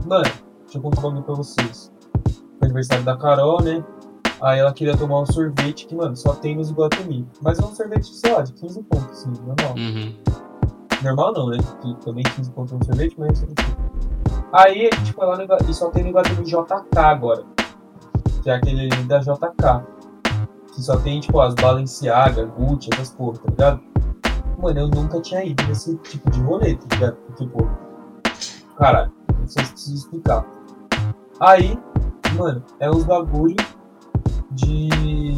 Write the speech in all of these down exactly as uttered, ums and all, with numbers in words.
Mano, deixa eu contar um bagulho pra vocês. Foi aniversário da Carol, né? Aí ela queria tomar um sorvete que, mano, só tem nos Iguatemi. Mas é um sorvete, sei lá, de quinze pontos, assim, normal. Uhum. Normal não, né? Que também quinze pontos é um sorvete, mas enfim. Aí a gente foi lá no Igu- e só tem no Iguatemi J K agora. Que é aquele da J K. Que só tem, tipo, as Balenciaga, Gucci, essas porra, tá ligado? Mano, eu nunca tinha ido nesse tipo de rolê, tá ligado? Tipo, caralho, não sei se preciso explicar. Aí, mano, é uns bagulho de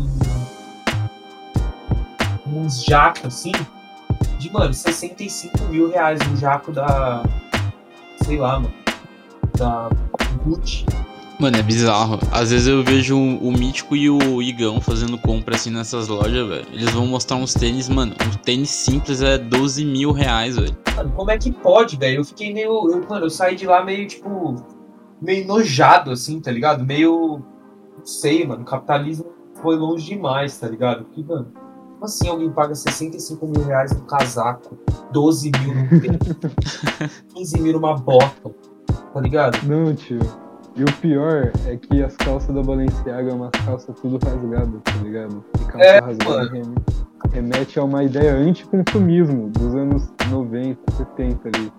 uns jacos, assim, de, mano, sessenta e cinco mil reais um jaco da, sei lá, mano, da Gucci. Mano, é bizarro. Às vezes eu vejo o, o Mítico e o Igão fazendo compra assim nessas lojas, velho. Eles vão mostrar uns tênis, mano. Um tênis simples é doze mil reais, velho. Mano, como é que pode, velho? Eu fiquei meio, eu, mano, eu saí de lá meio, tipo, meio enojado, assim, tá ligado? Meio, não sei, mano, o capitalismo foi longe demais, tá ligado? Porque, mano, como assim alguém paga sessenta e cinco mil reais no casaco, doze mil no tênis, quinze mil numa bota, tá ligado? Não, tio. E o pior é que as calças da Balenciaga é umas calças tudo rasgadas, tá ligado? E calça É, rasgada mano. rem- remete a uma ideia anticonsumismo dos anos noventa, setenta ali.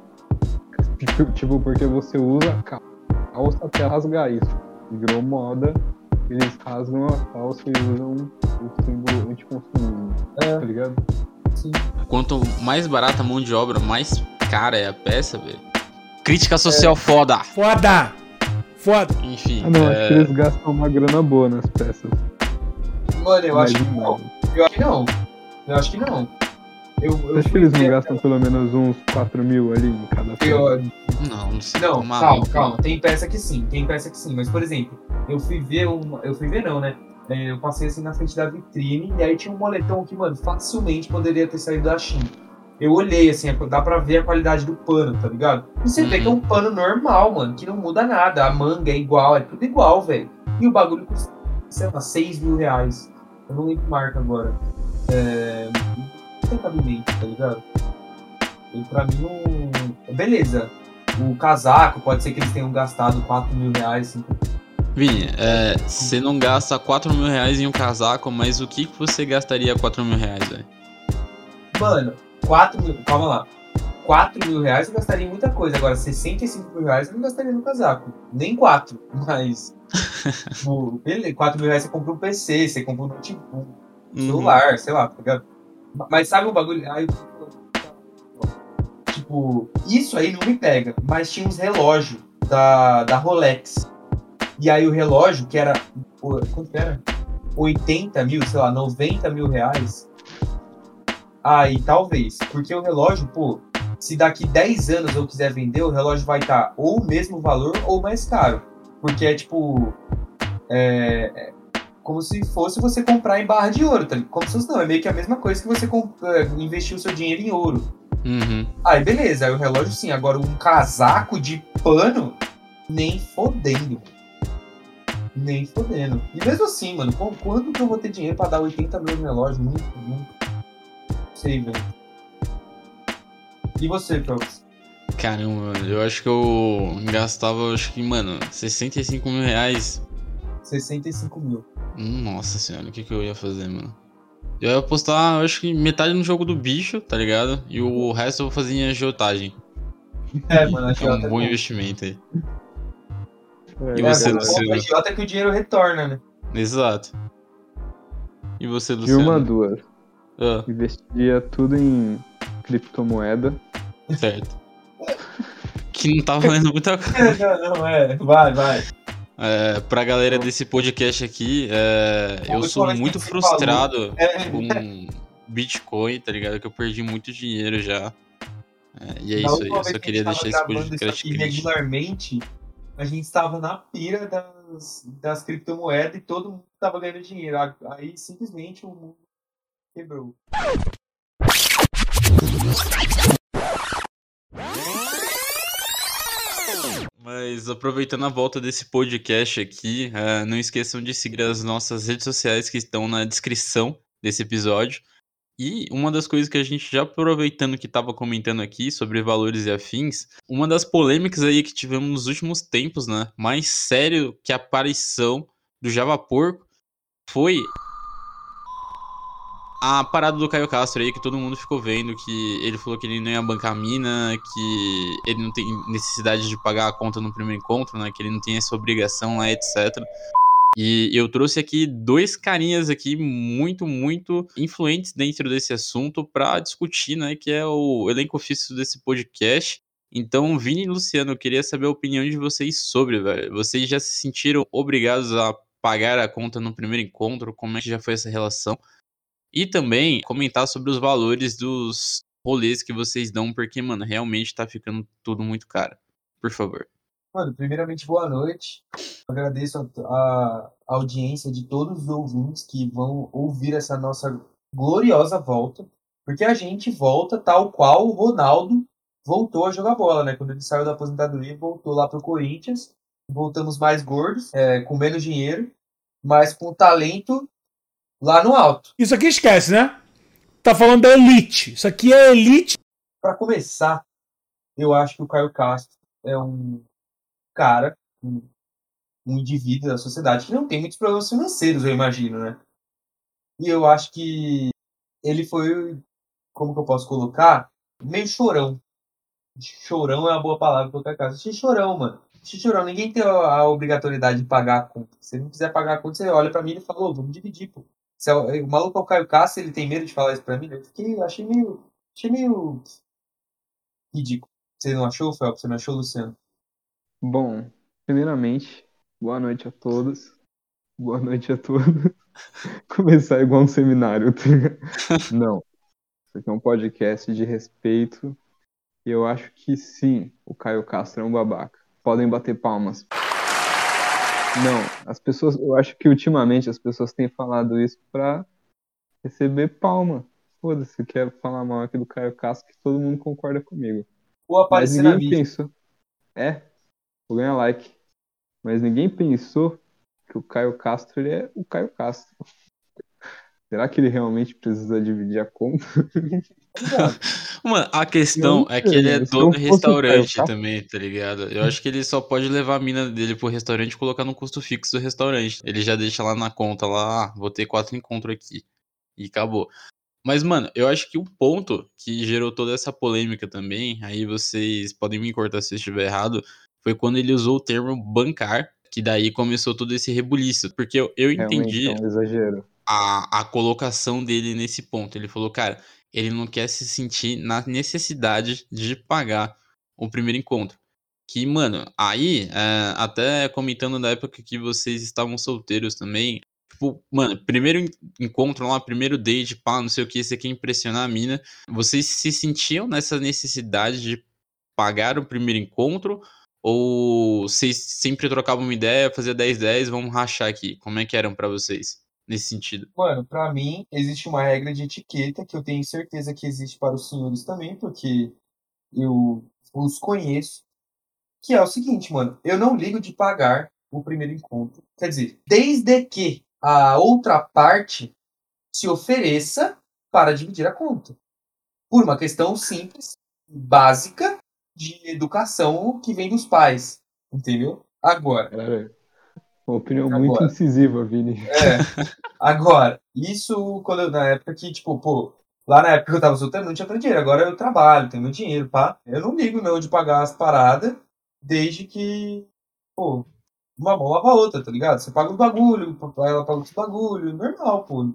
Tipo, tipo, porque você usa a calça até rasgar isso. Virou moda, eles rasgam a calça e usam o símbolo anticonsumismo, É, tá ligado? sim. Quanto mais barata a mão de obra, mais cara é a peça, velho. Crítica social foda. Foda! Foda! Enfim, Ah não, é... acho que eles gastam uma grana boa nas peças. Mano, eu Mas acho que não. Eu acho que não. Eu acho que não. Eu, eu Acho que fui eles não ver- gastam pelo menos uns quatro mil ali em cada peça. eu, Não, não sei. Não, Tô calma, maluco. calma. Tem peça que sim, tem peça que sim. Mas, por exemplo, eu fui ver uma. Eu fui ver não, né? É, eu passei assim na frente da vitrine e aí tinha um moletom que, mano, facilmente poderia ter saído da China. Eu olhei, assim, dá pra ver a qualidade do pano, tá ligado? E você vê que é um pano normal, mano, que não muda nada. A manga é igual, é tudo igual, velho. E o bagulho custa, sei lá, seis mil reais. Eu não lembro que marca agora. É. Não tem cabimento, tá ligado? E pra mim não. Beleza. O casaco, pode ser que eles tenham gastado quatro mil reais, cinco. Vini, é, você não gasta quatro mil reais em um casaco, mas o que que você gastaria quatro mil reais, velho? Mano, quatro mil. Calma lá. quatro mil reais eu gastaria em muita coisa. Agora, sessenta e cinco mil reais eu não gastaria no casaco. Nem quatro. Mas. Tipo, beleza, quatro mil reais você compra um P C, você compra um notebook, um celular, sei lá, tá ligado? Mas sabe o bagulho? Aí, tipo, isso aí não me pega. Mas tinha uns relógios da, da Rolex. E aí o relógio, que era. pô, Quanto que era? oitenta mil, sei lá, noventa mil reais. Aí talvez. Porque o relógio, pô, se daqui dez anos eu quiser vender, o relógio vai estar ou o mesmo valor ou mais caro. Porque é tipo. É, é como se fosse você comprar em barra de ouro, tá ligado? Como se fosse não, é meio que a mesma coisa que você comp- é, investir o seu dinheiro em ouro. Uhum. Aí beleza, aí o relógio sim. Agora um casaco de pano, nem fodendo. Nem fodendo. E mesmo assim, mano, qu- quando que eu vou ter dinheiro pra dar oitenta mil no relógio? Nunca, nunca. Não sei, velho. E você, Felps? Caramba, eu acho que eu gastava, acho que, mano, sessenta e cinco mil reais. sessenta e cinco mil. Hum, Nossa senhora, o que que eu ia fazer, mano? Eu ia apostar, acho que metade no jogo do bicho, tá ligado? E o resto eu vou fazer em agiotagem. É, mano, a Que é um Jota bom é investimento aí. É, E É, você, a Luciano? Jota é que o dinheiro retorna, né? Exato. E você, de Luciano? uma a duas. Ah, Investia tudo em criptomoeda. certo. Que não tá valendo muita coisa. não, não, é. Vai, vai. É, pra galera desse podcast aqui, é, eu Vamos sou falar muito que você frustrado É, com Bitcoin, tá ligado? Que eu perdi muito dinheiro já. É, e é da isso aí, última eu vez só que a queria gente tava deixar esse gravando isso podcast aqui crítico. regularmente, a gente estava na pira das, das criptomoedas e todo mundo tava ganhando dinheiro. Aí simplesmente o mundo quebrou. Mas aproveitando a volta desse podcast aqui, é, não esqueçam de seguir as nossas redes sociais que estão na descrição desse episódio. E uma das coisas que a gente já aproveitando que tava comentando aqui sobre valores e afins, uma das polêmicas aí que tivemos nos últimos tempos, né? Mais sério que a aparição do Java Porco foi a parada do Caio Castro aí, que todo mundo ficou vendo, que ele falou que ele não ia bancar a mina, que ele não tem necessidade de pagar a conta no primeiro encontro, né? Que ele não tem essa obrigação lá, etcétera. E eu trouxe aqui dois carinhas aqui muito, muito influentes dentro desse assunto para discutir, né? Que é o elenco fixo desse podcast. Então, Vini e Luciano, eu queria saber a opinião de vocês sobre, velho. Vocês já se sentiram obrigados a pagar a conta no primeiro encontro? Como é que já foi essa relação? E também comentar sobre os valores dos rolês que vocês dão, porque, mano, realmente tá ficando tudo muito caro. Por favor. Mano, primeiramente, boa noite. Agradeço a, a audiência de todos os ouvintes que vão ouvir essa nossa gloriosa volta, porque a gente volta tal qual o Ronaldo voltou a jogar bola, né? Quando ele saiu da aposentadoria, voltou lá pro Corinthians, voltamos mais gordos, é, com menos dinheiro, mas com talento lá no alto. Isso aqui esquece, né? Tá falando da elite. Isso aqui é elite. Para começar, eu acho que o Caio Castro é um cara, um, um indivíduo da sociedade que não tem muitos problemas financeiros, eu imagino, né? E eu acho que ele foi, como que eu posso colocar? Meio chorão. Chorão é uma boa palavra para o Caio Castro. Chorão, mano. Chorão. Ninguém tem a obrigatoriedade de pagar a conta. Se ele não quiser pagar a conta, você olha para mim e fala, ô, vamos dividir, pô. Se o maluco é o Caio Castro, ele tem medo de falar isso pra mim, eu fiquei, achei meio, achei meio ridículo. Você não achou, Felps? Você não achou, Luciano? Bom, primeiramente, boa noite a todos. Boa noite a todos. Começar igual um seminário. Tá? Não. Isso aqui é um podcast de respeito. E eu acho que sim, o Caio Castro é um babaca. Podem bater palmas. Não, as pessoas, eu acho que ultimamente as pessoas têm falado isso pra receber palma. Foda-se, quero falar mal aqui do Caio Castro, que todo mundo concorda comigo. Ou Mas aparecer na ninguém mídia. pensou. É, vou ganhar like. Mas ninguém pensou que o Caio Castro, ele é o Caio Castro. Será que ele realmente precisa dividir a conta? Mano, a questão Não é que ele é sei, se dono eu de fosse o Caio restaurante Castro- também, tá ligado? Eu acho que ele só pode levar a mina dele pro restaurante e colocar no custo fixo do restaurante. Ele já deixa lá na conta, lá, ah, vou ter quatro encontros aqui. E acabou. Mas, mano, eu acho que o ponto que gerou toda essa polêmica também, aí vocês podem me cortar se eu estiver errado, foi quando ele usou o termo bancar, que daí começou todo esse rebuliço. Porque eu, eu Realmente entendi é um exagero. a, a colocação dele nesse ponto. Ele falou, cara, ele não quer se sentir na necessidade de pagar o primeiro encontro. Que, mano, aí, é, até comentando da época que vocês estavam solteiros também, tipo, mano, primeiro en- encontro lá, primeiro date, pá, não sei o que, você quer impressionar a mina, vocês se sentiam nessa necessidade de pagar o primeiro encontro? Ou vocês sempre trocavam uma ideia, fazia dez dez, vamos rachar aqui? Como é que eram pra vocês nesse sentido? Mano, pra mim, existe uma regra de etiqueta que eu tenho certeza que existe para os senhores também, porque eu os conheço, que é o seguinte, mano, eu não ligo de pagar o primeiro encontro. Quer dizer, desde que a outra parte se ofereça para dividir a conta. Por uma questão simples, básica, de educação que vem dos pais. Entendeu? Agora. Cara, uma opinião muito Agora. incisiva, Vini. É. Agora, isso quando eu, na época que, tipo, pô, lá na época que eu tava solteiro, não tinha tanto dinheiro. Agora eu trabalho, tenho meu dinheiro, pá. Eu não ligo não de pagar as paradas, desde que, pô, uma mão lava a outra, tá ligado? Você paga os bagulho, ela paga os bagulho, normal, pô.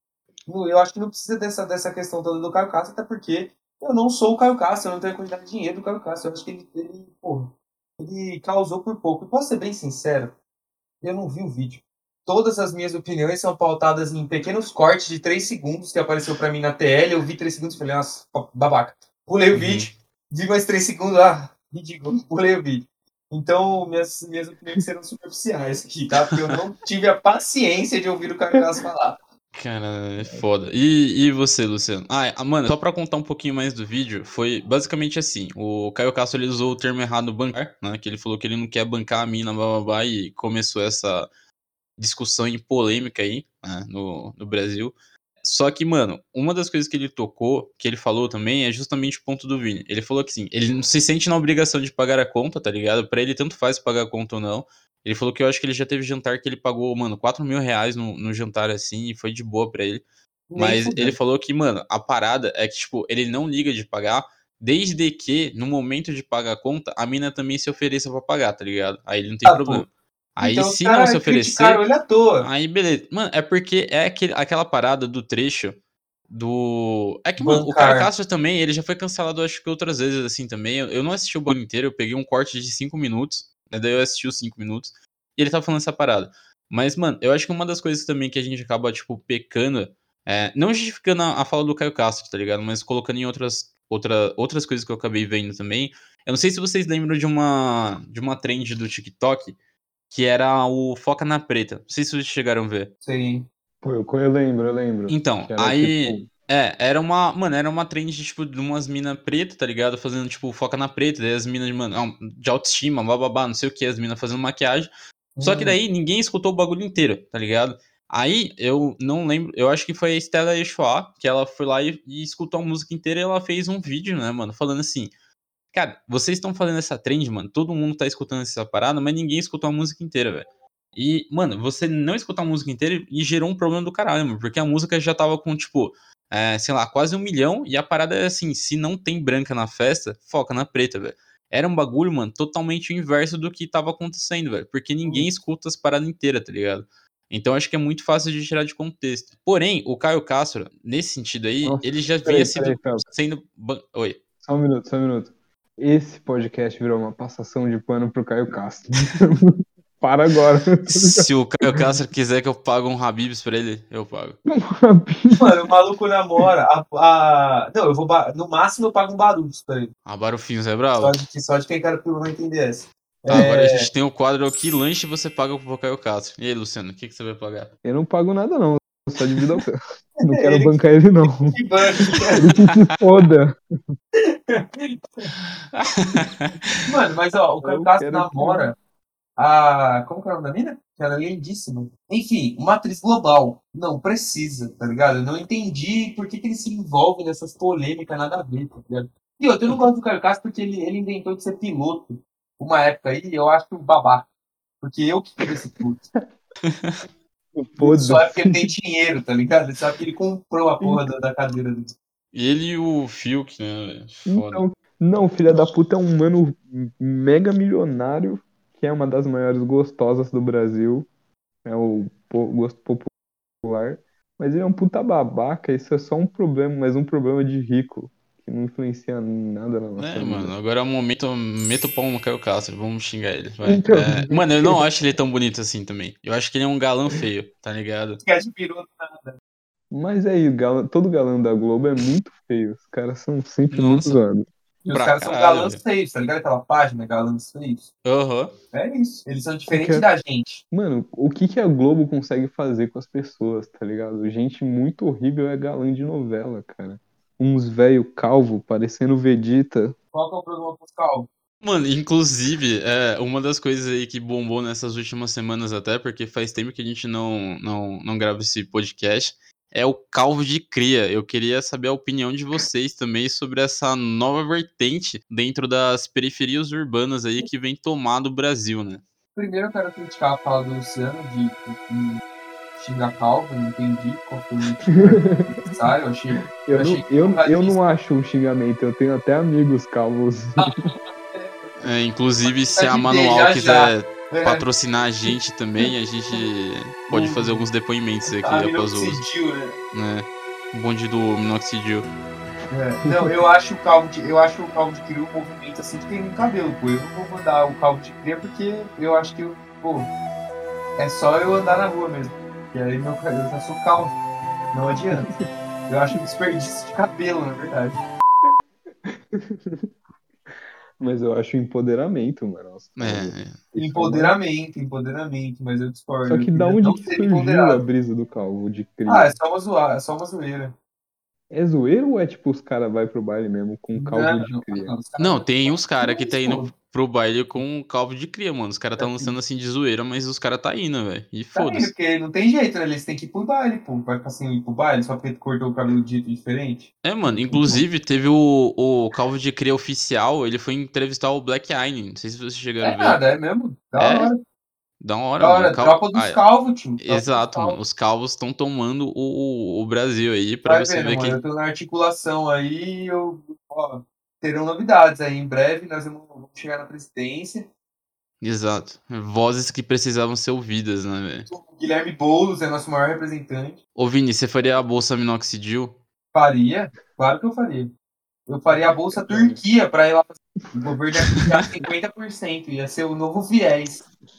Eu acho que não precisa dessa, dessa questão toda do Caio Castro, até porque eu não sou o Caio Castro, eu não tenho a quantidade de dinheiro do Caio Castro. Eu acho que ele, ele, porra, ele causou por pouco. E posso ser bem sincero, eu não vi o vídeo. Todas as minhas opiniões são pautadas em pequenos cortes de três segundos que apareceu pra mim na T L. Eu vi três segundos e falei, nossa, babaca. Pulei o Uhum. vídeo, vi mais três segundos, ah, ridículo, pulei o vídeo. Então, minhas, minhas opiniões serão superficiais aqui, tá? Porque eu não tive a paciência de ouvir o Caio Castro falar. Cara, é foda. E, e você, Luciano? Ah, é, mano, só pra contar um pouquinho mais do vídeo, foi basicamente assim. O Caio Castro, ele usou o termo errado bancar, né? Que ele falou que ele não quer bancar a mina, blá, blá, blá, e começou essa discussão e polêmica aí, né, no, no Brasil. só que, mano, uma das coisas que ele tocou, que ele falou também, é justamente o ponto do Vini. Ele falou que, assim, ele não se sente na obrigação de pagar a conta, tá ligado? Pra ele tanto faz pagar a conta ou não. Ele falou que eu acho que ele já teve jantar que ele pagou, mano, quatro mil reais no, no jantar, assim, e foi de boa pra ele. Nem Mas fudendo. ele falou que, mano, a parada é que, tipo, ele não liga de pagar, desde que, no momento de pagar a conta, a mina também se ofereça pra pagar, tá ligado? Aí ele não tem Ah, problema. pô. Aí, Então os se não caras se oferecer, criticaram ele à toa. aí beleza. Mano, é porque é aquele, aquela parada do trecho do... É que, mano, o Bancar. Caio Castro também, ele já foi cancelado, acho que outras vezes, assim, também. Eu, eu não assisti o bagulho inteiro, eu peguei um corte de cinco minutos, né? Daí eu assisti os cinco minutos, e ele tava falando essa parada. Mas, mano, eu acho que uma das coisas também que a gente acaba, tipo, pecando, é, não justificando a, a fala do Caio Castro, tá ligado? Mas colocando em outras, outra, outras coisas que eu acabei vendo também. Eu não sei se vocês lembram de uma, de uma trend do TikTok, que era o Foca na Preta. Não sei se vocês chegaram a ver. Sim. Pô, eu, eu lembro, eu lembro. Então, Que era aí. tipo. É, era uma. Mano, era uma trend, tipo, de umas minas pretas, tá ligado? Fazendo, tipo, foca na preta. Daí as minas, mano, ah, de autoestima, bababá, não sei o que, as minas fazendo maquiagem. Só que Hum. daí ninguém escutou o bagulho inteiro, tá ligado? Aí eu não lembro, eu acho que foi a Stella Yeshua, que ela foi lá e, e escutou a música inteira e ela fez um vídeo, né, mano, falando assim. Cara, vocês estão fazendo essa trend, mano. Todo mundo tá escutando essa parada, mas ninguém escutou a música inteira, velho. E, mano, você não escutar a música inteira e gerou um problema do caralho, mano. Porque a música já tava com, tipo, é, sei lá, quase um milhão. E a parada é assim: se não tem branca na festa, foca na preta, velho. Era um bagulho, mano, totalmente o inverso do que tava acontecendo, velho. Porque ninguém escuta as paradas inteiras, tá ligado? Então acho que é muito fácil de tirar de contexto. Porém, o Caio Castro, nesse sentido aí, Nossa, ele já peraí, vinha sido, peraí, Felps. sendo. ban- Oi. Só um minuto, só um minuto. Esse podcast virou uma passação de pano pro Caio Castro. Para agora. Se o Caio Castro quiser que eu pague um Habibs pra ele, eu pago. Mano, o maluco namora. A, a... Não, eu vou. ba- No máximo eu pago um barulho pra ele. Ah, Barufinhos é Só bravo? de, só de quem cara pelo não entender essa. Tá, É, agora a gente tem o quadro Que Lanche Você Paga pro Caio Castro. E aí, Luciano, o que, que você vai pagar? Eu não pago nada, não. Eu só divido ao Caio. Não quero Ele- bancar ele, não. Que banco. Ele que se foda. Mano, mas ó, o Caio Eu Castro quero que- namora a. Como que é o nome da mina? Que ela é lindíssima. Enfim, uma atriz global. Não precisa, tá ligado? Eu não entendi por que, que ele se envolve nessas polêmicas nada a ver, tá ligado? E outra, eu não gosto do Caio Castro porque ele, ele inventou de ser piloto. Uma época aí, eu acho babaca. Porque eu que queria ser piloto. Foda-se. Só é porque ele tem dinheiro, tá ligado? Ele sabe que ele comprou a porra da, da cadeira dele. E ele e o Fiuk, né, velho? Foda. Então, não, filha da puta é um mano mega milionário, que é uma das maiores gostosas do Brasil. É o po- gosto popular. Mas ele é um puta babaca, isso é só um problema, mas um problema de rico, que não influencia nada na nossa É, vida. mano, agora é o momento, meta o pau no Caio Castro, vamos xingar ele, vai. Então. É, mano, eu não acho ele tão bonito assim também. Eu acho que ele é um galã feio, tá ligado? Que admirou nada. Mas aí, galã- todo galã da Globo é muito feio. Os caras são sempre muito Nossa. zoados. E os Pra caras são caralho, galãs velho. feios, tá ligado? Aquela página, galãs feios. Aham. É isso. Eles são diferentes Porque- da gente. Mano, o que que a Globo consegue fazer com as pessoas, tá ligado? Gente muito horrível é galã de novela, cara. Uns velho calvo, parecendo Vegeta. Qual que é o problema com os calvos? Mano, inclusive, é, uma das coisas aí que bombou nessas últimas semanas até, porque faz tempo que a gente não, não, não grava esse podcast, é o calvo de cria. Eu queria saber a opinião de vocês também sobre essa nova vertente dentro das periferias urbanas aí que vem tomar o Brasil, né? Primeiro eu quero criticar a fala do Luciano de, de xingar calvo, não entendi qual foi o motivo necessário, eu achei. Eu, achei não, eu, eu radical. não acho um xingamento, eu tenho até amigos calvos. É, inclusive, se Tá a de Manual já, quiser É, patrocinar a gente também, a gente pode fazer alguns depoimentos aqui a após o minoxidil, né? né, o bonde do minoxidil. É, não, eu acho o calvo de, eu acho o calvo de cria um movimento assim que tem no cabelo, pô. Eu não vou mandar o calvo de cria porque eu acho que, pô, é só eu andar na rua mesmo. E aí meu, eu já sou calvo. Não adianta. Eu acho um desperdício de cabelo, na verdade. Mas eu acho empoderamento, mano. Nossa, É, é. Empoderamento, empoderamento, mas eu discordo. Só que Eu da queria onde não que ser surgiu a empoderado. brisa do calvo de cria? Ah, é só uma zoeira, é só uma zoeira. É zoeiro ou é tipo os caras vai pro baile mesmo com calvo Não, de não, cria? não, os caras- Não, tem uns caras que tá indo pro baile com o calvo de cria, mano. Os caras tá lançando assim de zoeira, mas os caras tá indo, velho. E Tá indo, foda-se. porque não tem jeito, né? Eles têm que ir pro baile, pô. Vai ficar assim, ir pro baile só porque tu cortou o cabelo de jeito diferente. É, mano, inclusive teve o, o calvo de cria oficial, ele foi entrevistar o Black Eye. Não sei se vocês chegaram É a ver. nada, é mesmo? Da É, hora. da hora, Da mano. hora, Cal... tropa dos Ah, calvos, tio. Tropa dos exato, mano. calvos. Os calvos estão tomando o, o Brasil aí pra Vai você vendo, ver mano. que. Eu tô na articulação aí, eu. Ó, terão novidades aí. Em breve nós vamos, vamos chegar na presidência. Exato. Vozes que precisavam ser ouvidas, né, velho? O Guilherme Boulos é nosso maior representante. Ô, Vini, você faria a bolsa minoxidil? Faria? Claro que eu faria. Eu faria a Bolsa Turquia pra ir lá. O governo ia cuidar cinquenta por cento. Ia ser o novo viés.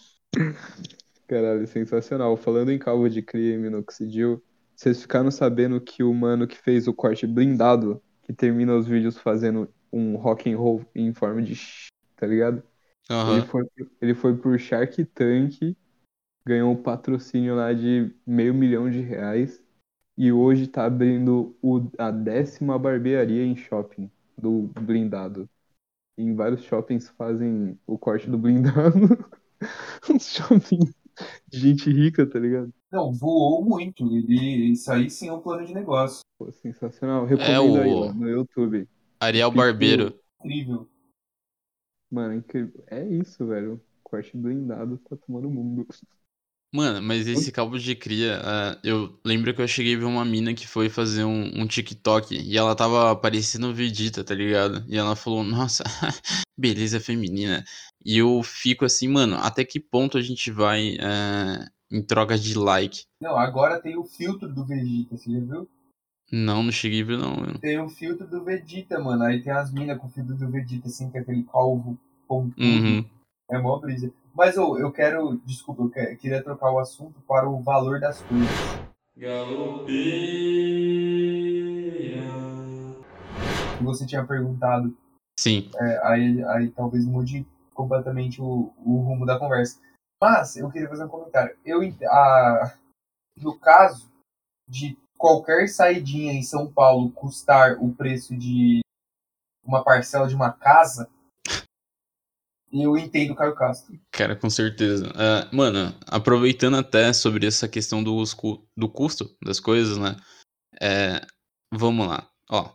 Caralho, sensacional. Falando em calvo de cria e minoxidil, vocês ficaram sabendo que o mano que fez o corte blindado, que termina os vídeos fazendo um rock and roll em forma de sh, tá ligado? Ele Aham. foi, ele foi pro Shark Tank, ganhou um patrocínio lá de meio milhão de reais e hoje tá abrindo o, a décima barbearia em shopping do blindado. Em vários shoppings fazem o corte do blindado. Uns shoppings de gente rica, tá ligado? Não, voou muito. Ele, isso aí sim é um plano de negócio. Pô, sensacional. É Recomendo aí, o ó, no YouTube. Ariel Pique- Barbeiro. Incrível. Mano, é incrível. É isso, velho. Corte blindado tá tomando o mundo. Mano, mas esse calvo de cria, ah, eu lembro que eu cheguei a ver uma mina que foi fazer um, um TikTok e ela tava parecendo Vegeta, tá ligado? E ela falou, nossa, beleza feminina. E eu fico assim, mano, até que ponto a gente vai ah, em troca de like? Não, agora tem o filtro do Vegeta, você já viu? Não, não cheguei a ver não, mano. Tem o filtro do Vegeta, mano. Aí tem as minas com o filtro do Vegeta, assim, que é aquele calvo pontudo. Uhum. É mó brisa. Mas eu, eu quero, desculpa, eu que- queria trocar o assunto para o valor das coisas. Que você tinha perguntado. Sim. É, aí, aí talvez mude completamente o, o rumo da conversa. Mas eu queria fazer um comentário. Eu, ent- a, no caso de qualquer saidinha em São Paulo custar o preço de uma parcela de uma casa, eu entendo o Caio Castro. Cara, com certeza. Ah, mano, aproveitando até sobre essa questão do, cu- do custo das coisas, né? É, vamos lá. Ó,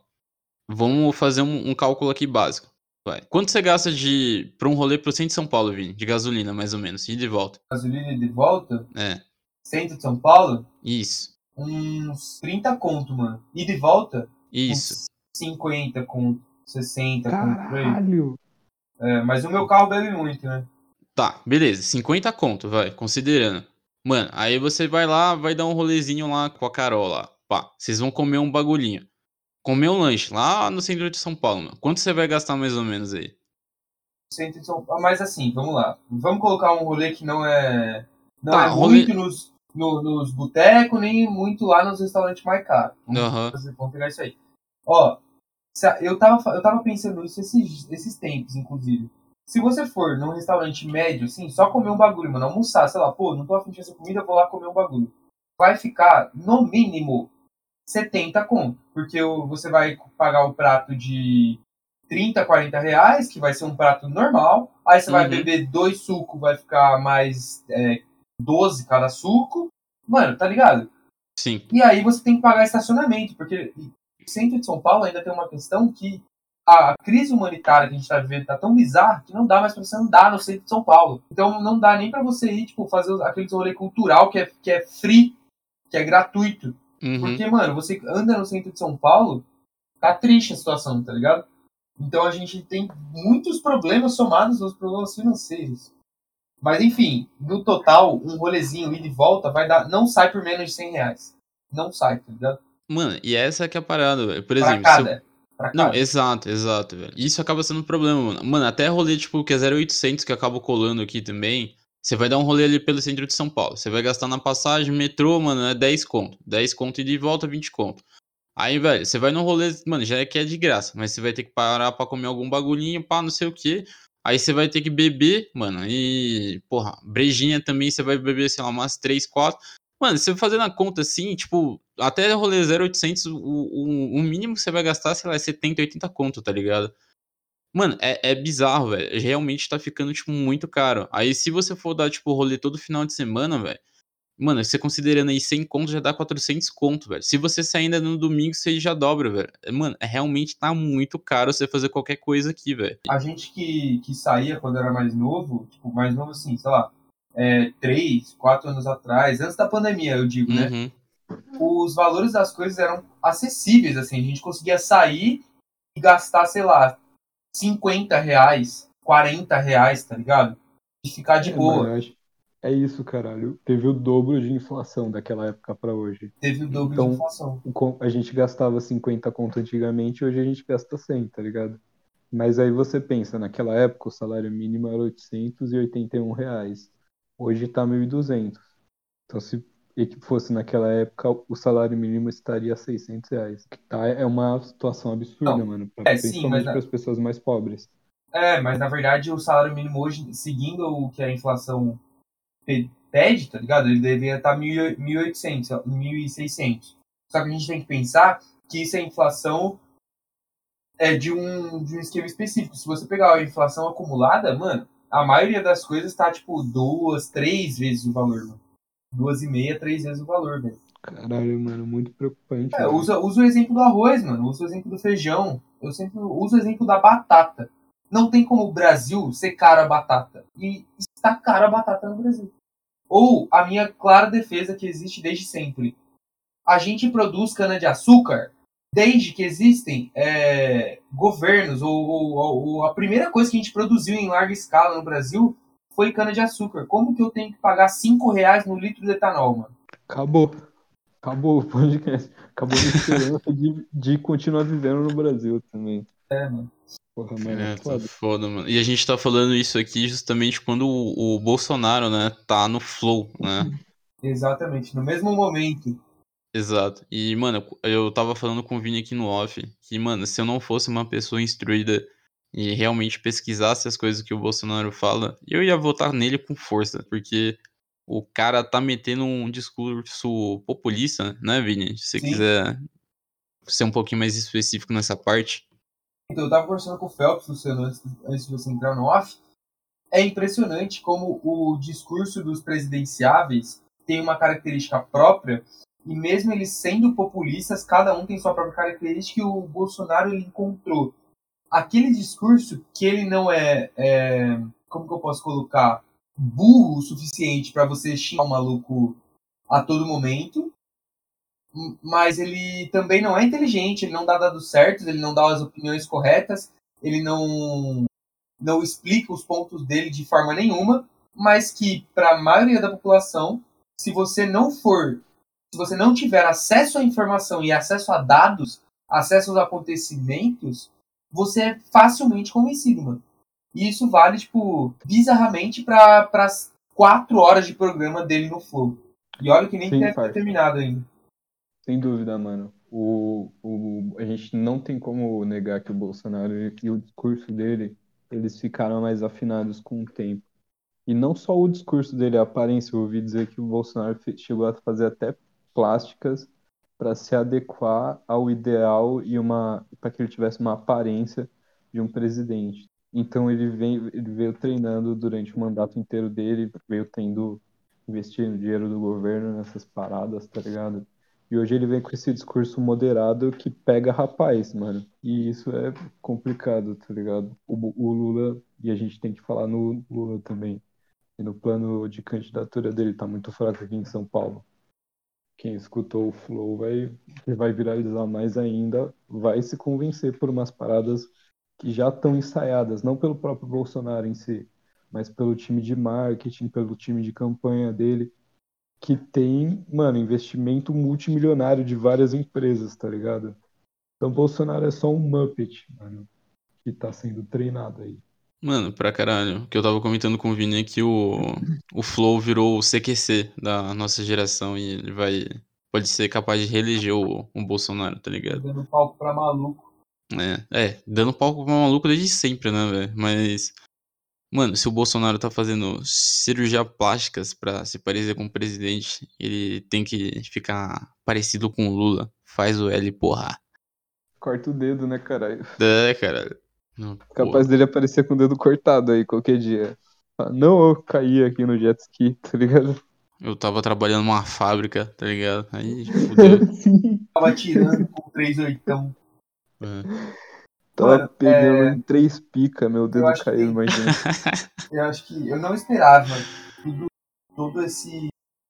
vamos fazer um, um cálculo aqui básico. Vai. Quanto você gasta de pra um rolê pro centro de São Paulo, Vini? De gasolina, mais ou menos. E de volta. Gasolina de volta, É, centro de São Paulo, isso. uns trinta conto, mano. E de volta, Isso. uns cinquenta conto, sessenta conto por aí. Caralho! É, mas o meu carro bebe muito, né? Tá, beleza. cinquenta conto, vai. Considerando. Mano, aí você vai lá, vai dar um rolezinho lá com a Carol lá. Pá, vocês vão comer um bagulhinho. Comer um lanche lá no centro de São Paulo, mano. Quanto você vai gastar mais ou menos aí? Centro de São Paulo. Mas assim, vamos lá. Vamos colocar um rolê que não é. Não Tá, é rolê- muito nos, no- nos botecos, nem muito lá nos restaurantes mais caros. Vamos, Aham. fazer- vamos pegar isso aí. Ó, se a- eu tava, fa- eu tava pensando nisso esses, esses tempos, inclusive. Se você for num restaurante médio, assim, só comer um bagulho, mano, almoçar, sei lá, pô, não tô afim de fazer comida, eu vou lá comer um bagulho. Vai ficar, no mínimo, setenta conto. Porque o- você vai pagar o prato de trinta, quarenta reais, que vai ser um prato normal. Aí você vai Uhum. beber dois sucos, vai ficar mais é, doze cada suco. Mano, tá ligado? Sim. E aí você tem que pagar estacionamento, porque o centro de São Paulo ainda tem uma questão que a crise humanitária que a gente tá vivendo tá tão bizarra que não dá mais pra você andar no centro de São Paulo. Então não dá nem pra você ir, tipo, fazer os- aquele rolê cultural que é, que é free, que é gratuito. Uhum. Porque, mano, você anda no centro de São Paulo, tá triste a situação, tá ligado? Então a gente tem muitos problemas somados aos problemas financeiros. Mas enfim, no total, um rolezinho ida e volta vai dar. Não sai por menos de cem reais. Não sai, tá ligado? Mano, e essa que é a parada, velho. Por Pra exemplo, se eu- cada. Pra Não, cada. exato, exato, velho. Isso acaba sendo um problema, mano. Mano, até rolê, tipo, que é zero oitocentos, que eu acabo colando aqui também. Você vai dar um rolê ali pelo centro de São Paulo. Você vai gastar na passagem, metrô, mano, é dez conto. dez conto e de volta, vinte conto. Aí, velho, você vai no rolê, mano, já é que é de graça. Mas você vai ter que parar pra comer algum bagulhinho, pá, não sei o quê. Aí você vai ter que beber, mano, e, porra, brejinha também, você vai beber, sei lá, umas três, quatro. Mano, se você fazendo a conta assim, tipo, até rolê zero oitocentos, o, o, o mínimo que você vai gastar, sei lá, é setenta, oitenta conto, tá ligado? Mano, é, é bizarro, velho. Realmente tá ficando, tipo, muito caro. Aí se você for dar, tipo, rolê todo final de semana, velho. Mano, você considerando aí cem conto, já dá quatrocentos conto, velho. Se você sair ainda no domingo, você já dobra, velho. Mano, é, realmente tá muito caro você fazer qualquer coisa aqui, velho. A gente que, que saía quando era mais novo, tipo, mais novo assim, sei lá, é, três, quatro anos atrás, antes da pandemia, eu digo, né? Uhum. Os valores das coisas eram acessíveis, assim, a gente conseguia sair e gastar, sei lá, cinquenta reais, quarenta reais, tá ligado? E ficar de É, boa. mano, eu acho- é isso, caralho. Teve o dobro de inflação daquela época pra hoje. Teve o dobro de Então, inflação. o co- a gente gastava cinquenta conto antigamente, hoje a gente gasta cem, tá ligado? Mas aí você pensa, naquela época o salário mínimo era oitocentos e oitenta e um reais. Hoje tá mil e duzentos. Então, se equi- fosse naquela época, o salário mínimo estaria a seiscentos reais. Que tá, é uma situação absurda, Não, mano, pra- é sim, mas principalmente na, para as pessoas mais pobres. é, mas na verdade o salário mínimo hoje, seguindo o que a inflação pe- pede, tá ligado? Ele deveria estar mil e oitocentos, mil e seiscentos. Só que a gente tem que pensar que isso é inflação é de um, de um esquema específico. Se você pegar a inflação acumulada, mano, a maioria das coisas tá tipo duas, três vezes o valor, mano. Duas e meia, três vezes o valor, velho. Caralho, mano, muito preocupante, É, velho. usa, usa o exemplo do arroz, mano. Usa o exemplo do feijão. Eu sempre uso o exemplo da batata. Não tem como o Brasil ser caro a batata. E está caro a batata no Brasil. Ou a minha clara defesa que existe desde sempre. A gente produz cana-de-açúcar desde que existem é, governos. Ou, ou, ou a primeira coisa que a gente produziu em larga escala no Brasil foi cana-de-açúcar. Como que eu tenho que pagar cinco reais no litro de etanol, mano? Acabou. Acabou o podcast. Acabou a minha esperança de, de continuar vivendo no Brasil também. É, mano. Porra, mano, é É, tá foda. foda, mano. E a gente tá falando isso aqui justamente quando o, o Bolsonaro, né, tá no flow, né? Exatamente. No mesmo momento. Exato. E, mano, eu tava falando com o Vini aqui no off que, mano, se eu não fosse uma pessoa instruída e realmente pesquisasse as coisas que o Bolsonaro fala, eu ia votar nele com força, porque o cara tá metendo um discurso populista, né, Vini? Se você Sim. quiser ser um pouquinho mais específico nessa parte. Então, eu tava conversando com o Phelps, Luciano, antes, antes de você entrar no off. É impressionante como o discurso dos presidenciáveis tem uma característica própria, e mesmo eles sendo populistas, cada um tem sua própria característica, e o Bolsonaro ele encontrou aquele discurso que ele não é, é como que eu posso colocar, burro o suficiente para você xingar o maluco a todo momento, mas ele também não é inteligente, ele não dá dados certos, ele não dá as opiniões corretas, ele não, não explica os pontos dele de forma nenhuma, mas que para a maioria da população, se você não for, se você não tiver acesso à informação e acesso a dados, acesso aos acontecimentos, você é facilmente convencido, mano. E isso vale, tipo, bizarramente para as quatro horas de programa dele no Flow. E olha que nem Sim, deve ter parça. terminado ainda. Sem dúvida, mano. O, o, a gente não tem como negar que o Bolsonaro e o discurso dele, eles ficaram mais afinados com o tempo. E não só o discurso dele, a aparência. Eu ouvi dizer que o Bolsonaro fe- chegou a fazer até plásticas para se adequar ao ideal e uma para que ele tivesse uma aparência de um presidente. Então ele veio, ele veio treinando durante o mandato inteiro dele, veio tendo investindo dinheiro do governo nessas paradas, tá ligado? E hoje ele vem com esse discurso moderado que pega rapaz, mano. E isso é complicado, tá ligado? O, o Lula, e a gente tem que falar no Lula também. E no plano de candidatura dele tá muito fraco aqui em São Paulo. Quem escutou o Flow vai, vai viralizar mais ainda, vai se convencer por umas paradas que já estão ensaiadas, não pelo próprio Bolsonaro em si, mas pelo time de marketing, pelo time de campanha dele, que tem, mano, investimento multimilionário de várias empresas, tá ligado? Então Bolsonaro é só um Muppet, mano, que tá sendo treinado aí. Mano, pra caralho. O que eu tava comentando com o Vini é que o, o Flow virou o C Q C da nossa geração e ele vai. Pode ser capaz de reeleger o, o Bolsonaro, tá ligado? Dando palco pra maluco. É, é, dando palco pra maluco desde sempre, né, velho? Mas, mano, se o Bolsonaro tá fazendo cirurgia plásticas pra se parecer com o presidente, ele tem que ficar parecido com o Lula. Faz o L, porra. Corta o dedo, né, caralho? É, cara. Não, Capaz pô. dele aparecer com o dedo cortado aí qualquer dia. Fala, não, eu caí aqui no jet ski, tá ligado? Eu tava trabalhando numa fábrica, tá ligado? Aí fudeu. Sim. Tava atirando com três oitão. É. Tava Mano, pegando em três pica, meu eu dedo acho que caiu, tem, imagina. eu acho que eu não esperava tudo, todo esse,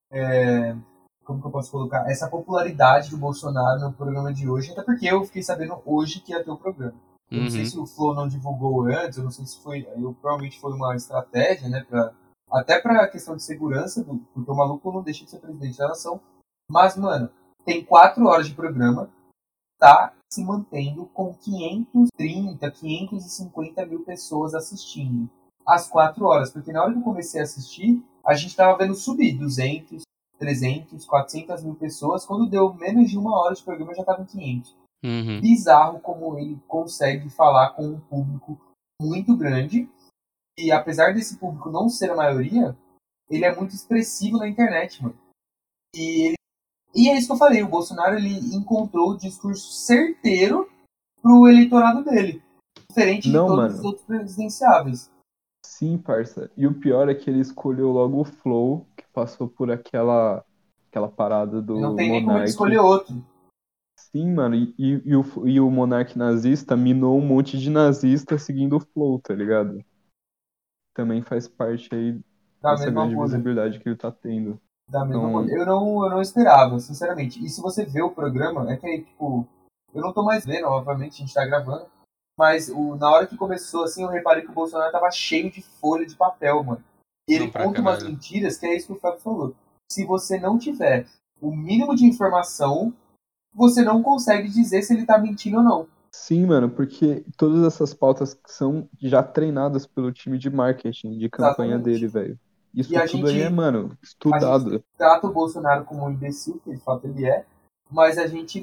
é, como que eu posso colocar, essa popularidade do Bolsonaro no programa de hoje, até porque eu fiquei sabendo hoje que ia ter o programa. Eu não sei Uhum. se o Flow não divulgou antes, eu não sei se foi, eu, provavelmente foi uma estratégia, né, pra, até pra questão de segurança, do, porque o maluco não deixa de ser presidente da nação. Mas, mano, tem quatro horas de programa, tá se mantendo com quinhentos e trinta, quinhentos e cinquenta mil pessoas assistindo às quatro horas. Porque na hora que eu comecei a assistir, a gente tava vendo subir duzentos, trezentos, quatrocentas mil pessoas. Quando deu menos de uma hora de programa, já tava em quinhentos. Uhum. Bizarro como ele consegue falar com um público muito grande. E apesar desse público não ser a maioria, ele é muito expressivo na internet, mano. E ele E é isso que eu falei, o Bolsonaro ele encontrou o discurso certeiro pro eleitorado dele. Diferente de Não, todos os mano. outros presidenciáveis. Sim, parça. E o pior é que ele escolheu logo o Flow, que passou por aquela, aquela parada E não do tem nem como ele Monark. escolher outro. Sim, mano. E, e, e o, e o Monark nazista minou um monte de nazista seguindo o Flow, tá ligado? Também faz parte aí Da dessa mesma grande bolha. visibilidade que ele tá tendo. Da mesma Então, bolha. Eu não, eu não esperava, sinceramente. E se você vê o programa, é que aí, tipo, eu não tô mais vendo, obviamente, a gente tá gravando. Mas o, na hora que começou, assim, eu reparei que o Bolsonaro tava cheio de folha de papel, mano. E ele Não, pra conta umas caralho. mentiras, que é isso que o Fábio falou. Se você não tiver o mínimo de informação, você não consegue dizer se ele tá mentindo ou não. sim, mano, porque todas essas pautas são já treinadas pelo time de marketing, de campanha Exatamente. dele, velho. E Isso a tudo aí é, gente, mano, a gente estudado. trata o Bolsonaro como um imbecil, que de fato ele é, mas a gente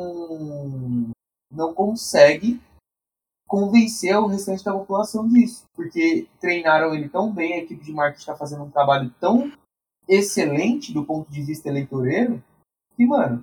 não, não consegue convencer o restante da população disso. Porque treinaram ele tão bem, a equipe de marketing está fazendo um trabalho tão excelente do ponto de vista eleitoreiro, que, mano,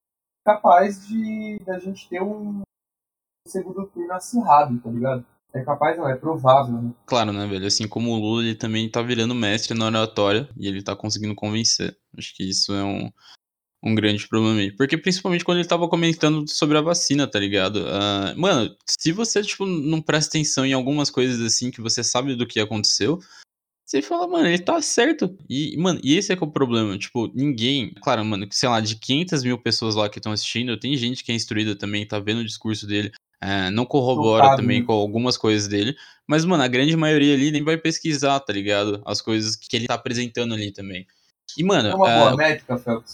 capaz de da gente ter um segundo turno acirrado, tá ligado? É capaz, não, é provável, né? Claro, né, velho? Assim como o Lula, ele também tá virando mestre na oratória e ele tá conseguindo convencer. Acho que isso é um, um grande problema aí. Porque principalmente quando ele tava comentando sobre a vacina, tá ligado? Ah, mano, se você, tipo, não presta atenção em algumas coisas assim que você sabe do que aconteceu, você fala, mano, ele tá certo. E, mano, e esse é que é o problema. Tipo, ninguém. Claro, mano, sei lá, de quinhentas mil pessoas lá que estão assistindo, tem gente que é instruída também, tá vendo o discurso dele. É, não corrobora Chocado, também né? com algumas coisas dele. Mas, mano, a grande maioria ali nem vai pesquisar, tá ligado? As coisas que ele tá apresentando ali também. E, mano, Quer uma boa é... métrica, Phelps?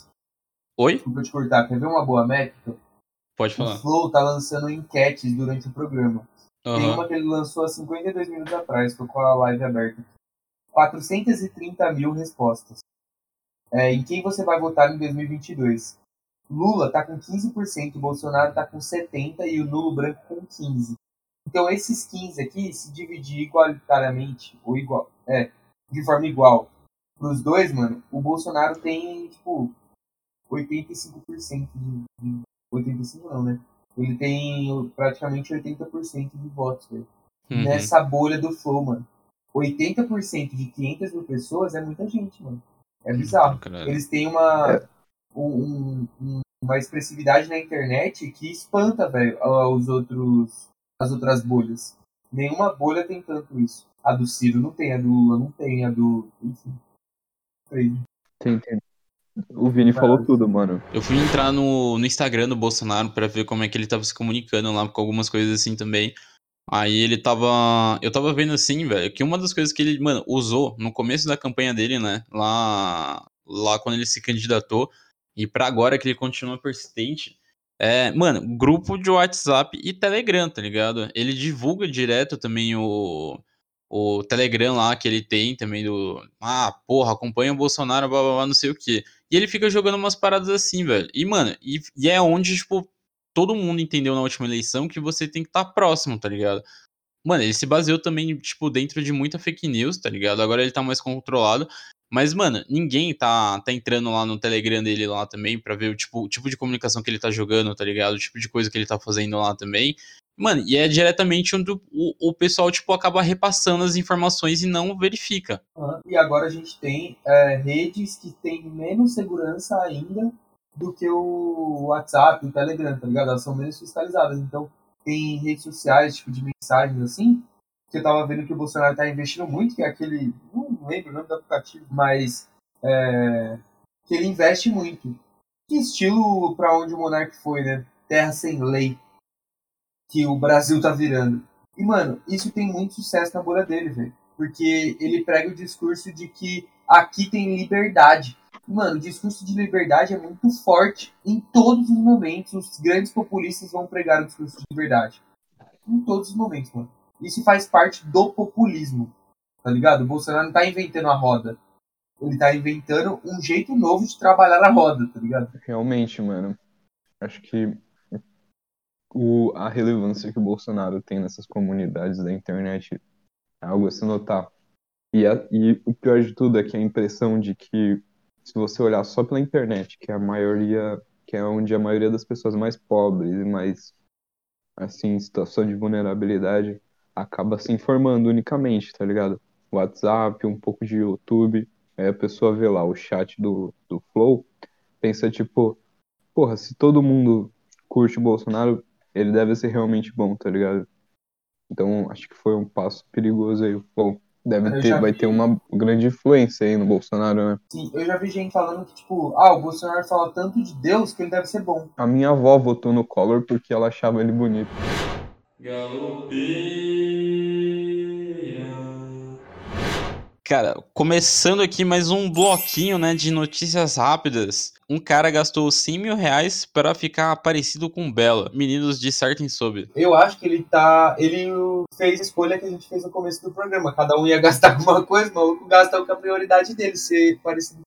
oi? Desculpa te cortar. Quer ver uma boa métrica? Pode O falar. Flow tá lançando enquetes durante o programa. Tem Aham. uma que ele lançou há cinquenta e dois minutos atrás, foi com a live aberta. quatrocentos e trinta mil respostas. É, em quem você vai votar em dois mil e vinte e dois? Lula tá com quinze por cento, Bolsonaro tá com setenta por cento e o nulo branco com quinze por cento. Então esses quinze aqui, se dividir igualitariamente, ou igual, é, de forma igual pros dois, mano, o Bolsonaro tem, tipo, oitenta e cinco por cento de, de oitenta e cinco não, né? Ele tem praticamente oitenta por cento de votos, velho. Uhum. Nessa bolha do Flow, mano. oitenta por cento de quinhentas mil pessoas é muita gente, mano. É bizarro. Caralho. Eles têm uma, É. um, um, uma expressividade na internet que espanta, velho, os outros, as outras bolhas. Nenhuma bolha tem tanto isso. A do Ciro não tem, a do Lula não tem, a do... Enfim. Crazy. Tem, tem. O Vini falou tudo, mano. Eu fui entrar no, no Instagram do Bolsonaro pra ver como é que ele tava se comunicando lá com algumas coisas assim também. Aí ele tava. Eu tava vendo assim, velho, que uma das coisas que ele, mano, usou no começo da campanha dele, né? Lá, lá quando ele se candidatou, e pra agora que ele continua persistente. É, mano, grupo de WhatsApp e Telegram, tá ligado? Ele divulga direto também o, o Telegram lá que ele tem também do. Ah, porra, acompanha o Bolsonaro, blá blá blá, não sei o quê. E ele fica jogando umas paradas assim, velho. E, mano, e, e é onde, tipo, todo mundo entendeu na última eleição que você tem que estar próximo, tá ligado? Mano, ele se baseou também, tipo, dentro de muita fake news, tá ligado? Agora ele tá mais controlado. Mas, mano, ninguém tá, tá entrando lá no Telegram dele lá também pra ver o tipo, o tipo de comunicação que ele tá jogando, tá ligado? O tipo de coisa que ele tá fazendo lá também. Mano, e é diretamente onde o, o pessoal, tipo, acaba repassando as informações e não verifica. Ah, e agora a gente tem é, redes que têm menos segurança ainda do que o WhatsApp, o Telegram, tá ligado? Elas são menos fiscalizadas. Então, tem redes sociais, tipo, de mensagens assim, que eu tava vendo que o Bolsonaro tá investindo muito, que é aquele, não lembro o nome do aplicativo, mas é, que ele investe muito. Que estilo pra onde o Monark foi, né? Terra sem lei. Que o Brasil tá virando. E, mano, isso tem muito sucesso na bolha dele, velho. Porque ele prega o discurso de que aqui tem liberdade. E, mano, o discurso de liberdade é muito forte. Em todos os momentos, os grandes populistas vão pregar o discurso de liberdade. Em todos os momentos, mano. Isso faz parte do populismo. Tá ligado? O Bolsonaro não tá inventando a roda. Ele tá inventando um jeito novo de trabalhar a roda, tá ligado? Realmente, mano. Acho que o, a relevância que o Bolsonaro tem nessas comunidades da internet é algo a se notar. E, a, e o pior de tudo é que a impressão de que, se você olhar só pela internet, que é a maioria, que é onde a maioria das pessoas mais pobres e mais, assim, em situação de vulnerabilidade, acaba se informando unicamente, tá ligado? WhatsApp, um pouco de YouTube, aí a pessoa vê lá o chat do, do Flow, pensa tipo, porra, se todo mundo curte o Bolsonaro, ele deve ser realmente bom, tá ligado? Então, acho que foi um passo perigoso aí. Bom, deve Eu ter, já vai vi- ter uma grande influência aí no Bolsonaro, né? Sim, eu já vi gente falando que, tipo, ah, o Bolsonaro fala tanto de Deus que ele deve ser bom. A minha avó votou no Collor porque ela achava ele bonito. Cara, começando aqui mais um bloquinho, né, de notícias rápidas. Um cara gastou cem mil reais para ficar parecido com Bela. Meninos dissertem sobre. Eu acho que ele tá. Ele fez a escolha que a gente fez no começo do programa. Cada um ia gastar alguma coisa, o maluco gasta com a prioridade dele, ser parecido.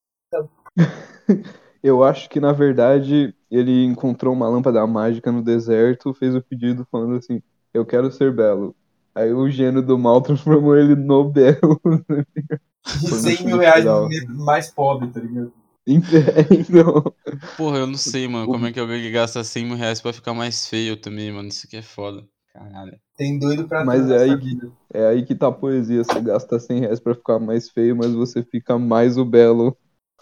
Eu acho que, na verdade, ele encontrou uma lâmpada mágica no deserto, fez o pedido falando assim, eu quero ser belo. Aí o gênio do mal transformou ele no belo. E Foi cem muito mil reais literal. mais pobre, tá ligado? Então, Porra, eu não sei, mano, como é que alguém gasta cem mil reais pra ficar mais feio também, mano. Isso aqui é foda. Caralho. Tem doido pra mas tudo é nessa aí, que, vida. é aí que tá a poesia. Você gasta cem reais pra ficar mais feio, mas você fica mais o belo.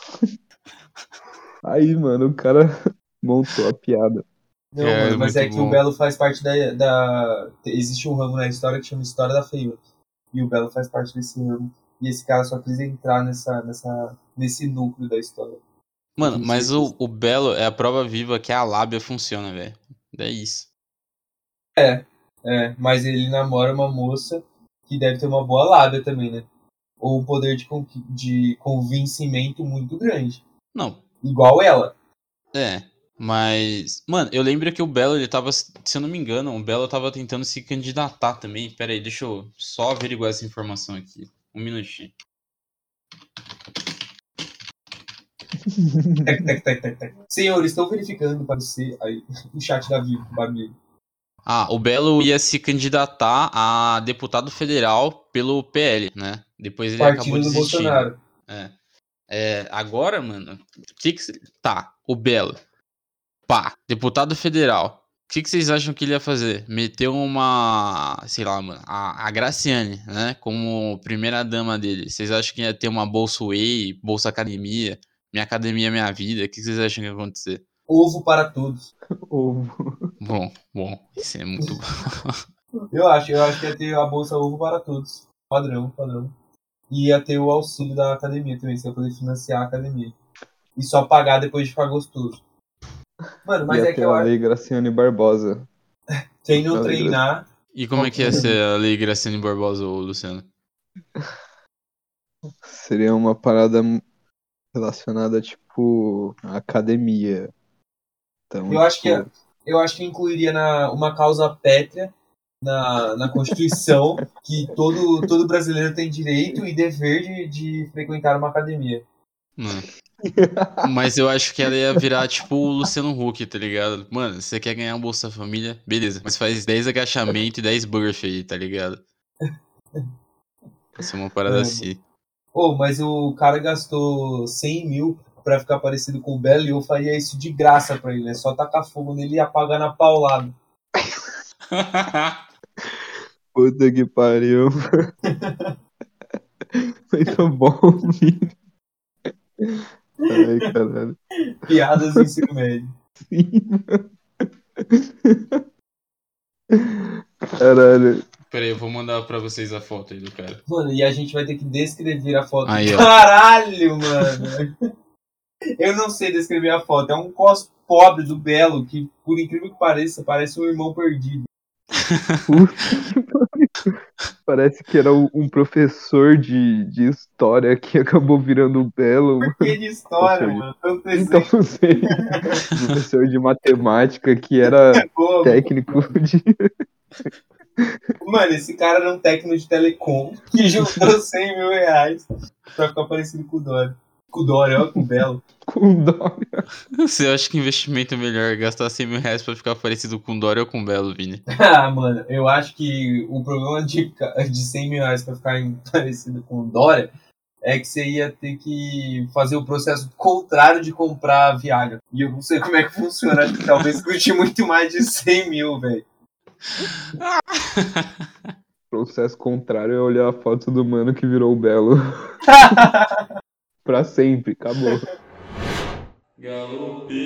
Aí, mano, o cara montou a piada. Não, É, mano, mas muito é que o bom. Belo faz parte da, da. Existe um ramo na história que chama História da Feiura. E o Belo faz parte desse ramo. E esse cara só quis entrar nessa, nessa, nesse núcleo da história. Mano, tenho mas o, certeza. o Belo é a prova viva que a lábia funciona, velho. É isso. É, mas ele namora uma moça que deve ter uma boa lábia também, né? Ou um poder de, con- de convencimento muito grande. Não, Igual ela. é. Mas, mano, eu lembro que o Belo, ele tava, se eu não me engano, o Belo tava tentando se candidatar também. Pera aí, deixa eu só averiguar essa informação aqui. Um minutinho. Tec, tec, tec, tec, tec. Senhor, estou verificando para você aí o chat da Vivo, barulho. Ah, o Belo ia se candidatar a deputado federal pelo P L, né? Depois ele acabou Partido do desistindo. Bolsonaro. É. É, agora, mano, que que... cê- tá, o Belo, pá, deputado federal. O que, que vocês acham que ele ia fazer? Meter uma, sei lá, mano, a, a Graciane, né, como primeira dama dele. Vocês acham que ia ter uma bolsa Whey, bolsa academia, minha academia, minha vida? O que, que vocês acham que ia acontecer? Ovo para todos. Ovo. Bom, bom, isso é muito bom. Eu acho, eu acho que ia ter a bolsa ovo para todos. Padrão, padrão. E ia ter o auxílio da academia também, você ia poder financiar a academia. E só pagar depois de ficar gostoso. Mano, mas Ia é que ter eu a acho Lei Graciane Barbosa. quem não A Lei treinar. E como é que ia ser a Lei Graciane Barbosa, ô, Luciano? Seria uma parada relacionada, tipo, à academia. Então, Eu acho que tipo, eu acho que incluiria na, uma causa pétrea na, na Constituição que todo, todo brasileiro tem direito e dever de, de frequentar uma academia. Mano. Mas eu acho que ela ia virar tipo o Luciano Huck, tá ligado? Mano, você quer ganhar um Bolsa Família? Beleza, mas faz dez agachamentos e dez burf aí, tá ligado? Vai ser uma parada É, assim. Ô, mas o cara gastou cem mil pra ficar parecido com o Belo e eu faria isso de graça pra ele, né? Só tacar fogo nele e apagar na paulada. Puta que pariu. Muito bom, Vini. Ai, caralho. Piadas do ensino médio. Sim. Caralho. Peraí, eu vou mandar pra vocês a foto aí do cara. Mano, e a gente vai ter que descrever a foto. Aí, ó. Caralho, mano. Eu não sei descrever a foto. É um cos pobre do Belo que, por incrível que pareça, parece um irmão perdido. Parece que era um professor de, de história que acabou virando o Belo. Por que de história, Ou seja, mano? Tanto Então exemplo. não sei. Professor de matemática que era Pô, técnico de. Mano, esse cara era um técnico de telecom que juntou cem mil reais pra ficar parecido com o Dória. Com o Dória, ó, com o Belo. com Dória. Você acha que investimento é melhor gastar cem mil reais pra ficar parecido com Dória ou com Belo, Vini? Ah, mano, eu acho que o problema de, de cem mil reais pra ficar parecido com o Dória é que você ia ter que fazer o processo contrário de comprar Viagra. E eu não sei como é que funciona, acho que talvez custe muito mais de cem mil, velho. Processo contrário é olhar a foto do mano que virou o Belo. Pra sempre, acabou. Galopeira.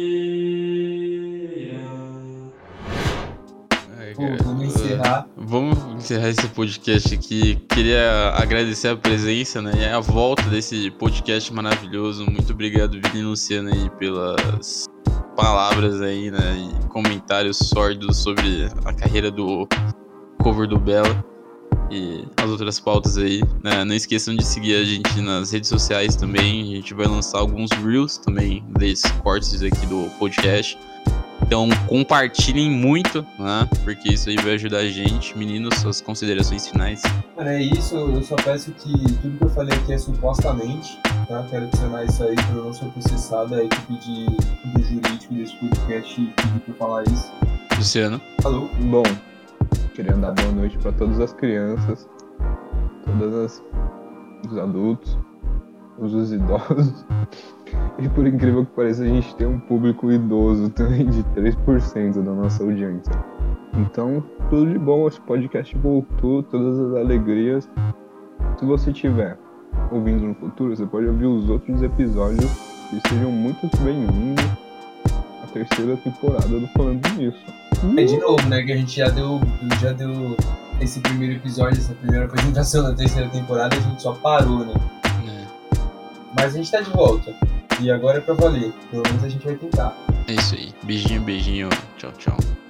Ai, Pô, cara, vamos encerrar. Vamos encerrar esse podcast aqui. Queria agradecer a presença, né, e a volta desse podcast maravilhoso. Muito obrigado, Vini e Luciano, aí, pelas palavras aí, né, e comentários sórdidos sobre a carreira do cover do Belo e as outras pautas aí, né? Não esqueçam de seguir a gente nas redes sociais também. A gente vai lançar alguns reels também desses cortes aqui do podcast. Então compartilhem muito, né? Porque isso aí vai ajudar a gente. Meninos, suas considerações finais. Mano, é isso, eu só peço que tudo que eu falei aqui é supostamente, tá? Quero adicionar isso aí pra eu não ser processado. A equipe de, do jurídico desse podcast pediu pra eu falar isso. Luciano. Falou. Bom, queria dar boa noite pra todas as crianças, todas as os adultos, os idosos. E por incrível que pareça, a gente tem um público idoso também de três por cento da nossa audiência. Então, tudo de bom, esse podcast voltou, todas as alegrias. Se você estiver ouvindo no futuro, você pode ouvir os outros episódios e sejam muito bem-vindos à terceira temporada do Falando Nisso. É de novo, né? Que a gente já deu, já deu esse primeiro episódio, essa primeira apresentação da terceira temporada, a gente só parou, né? É. Mas a gente tá de volta. E agora é pra valer. Pelo menos a gente vai tentar. É isso aí. Beijinho, beijinho. Tchau, tchau.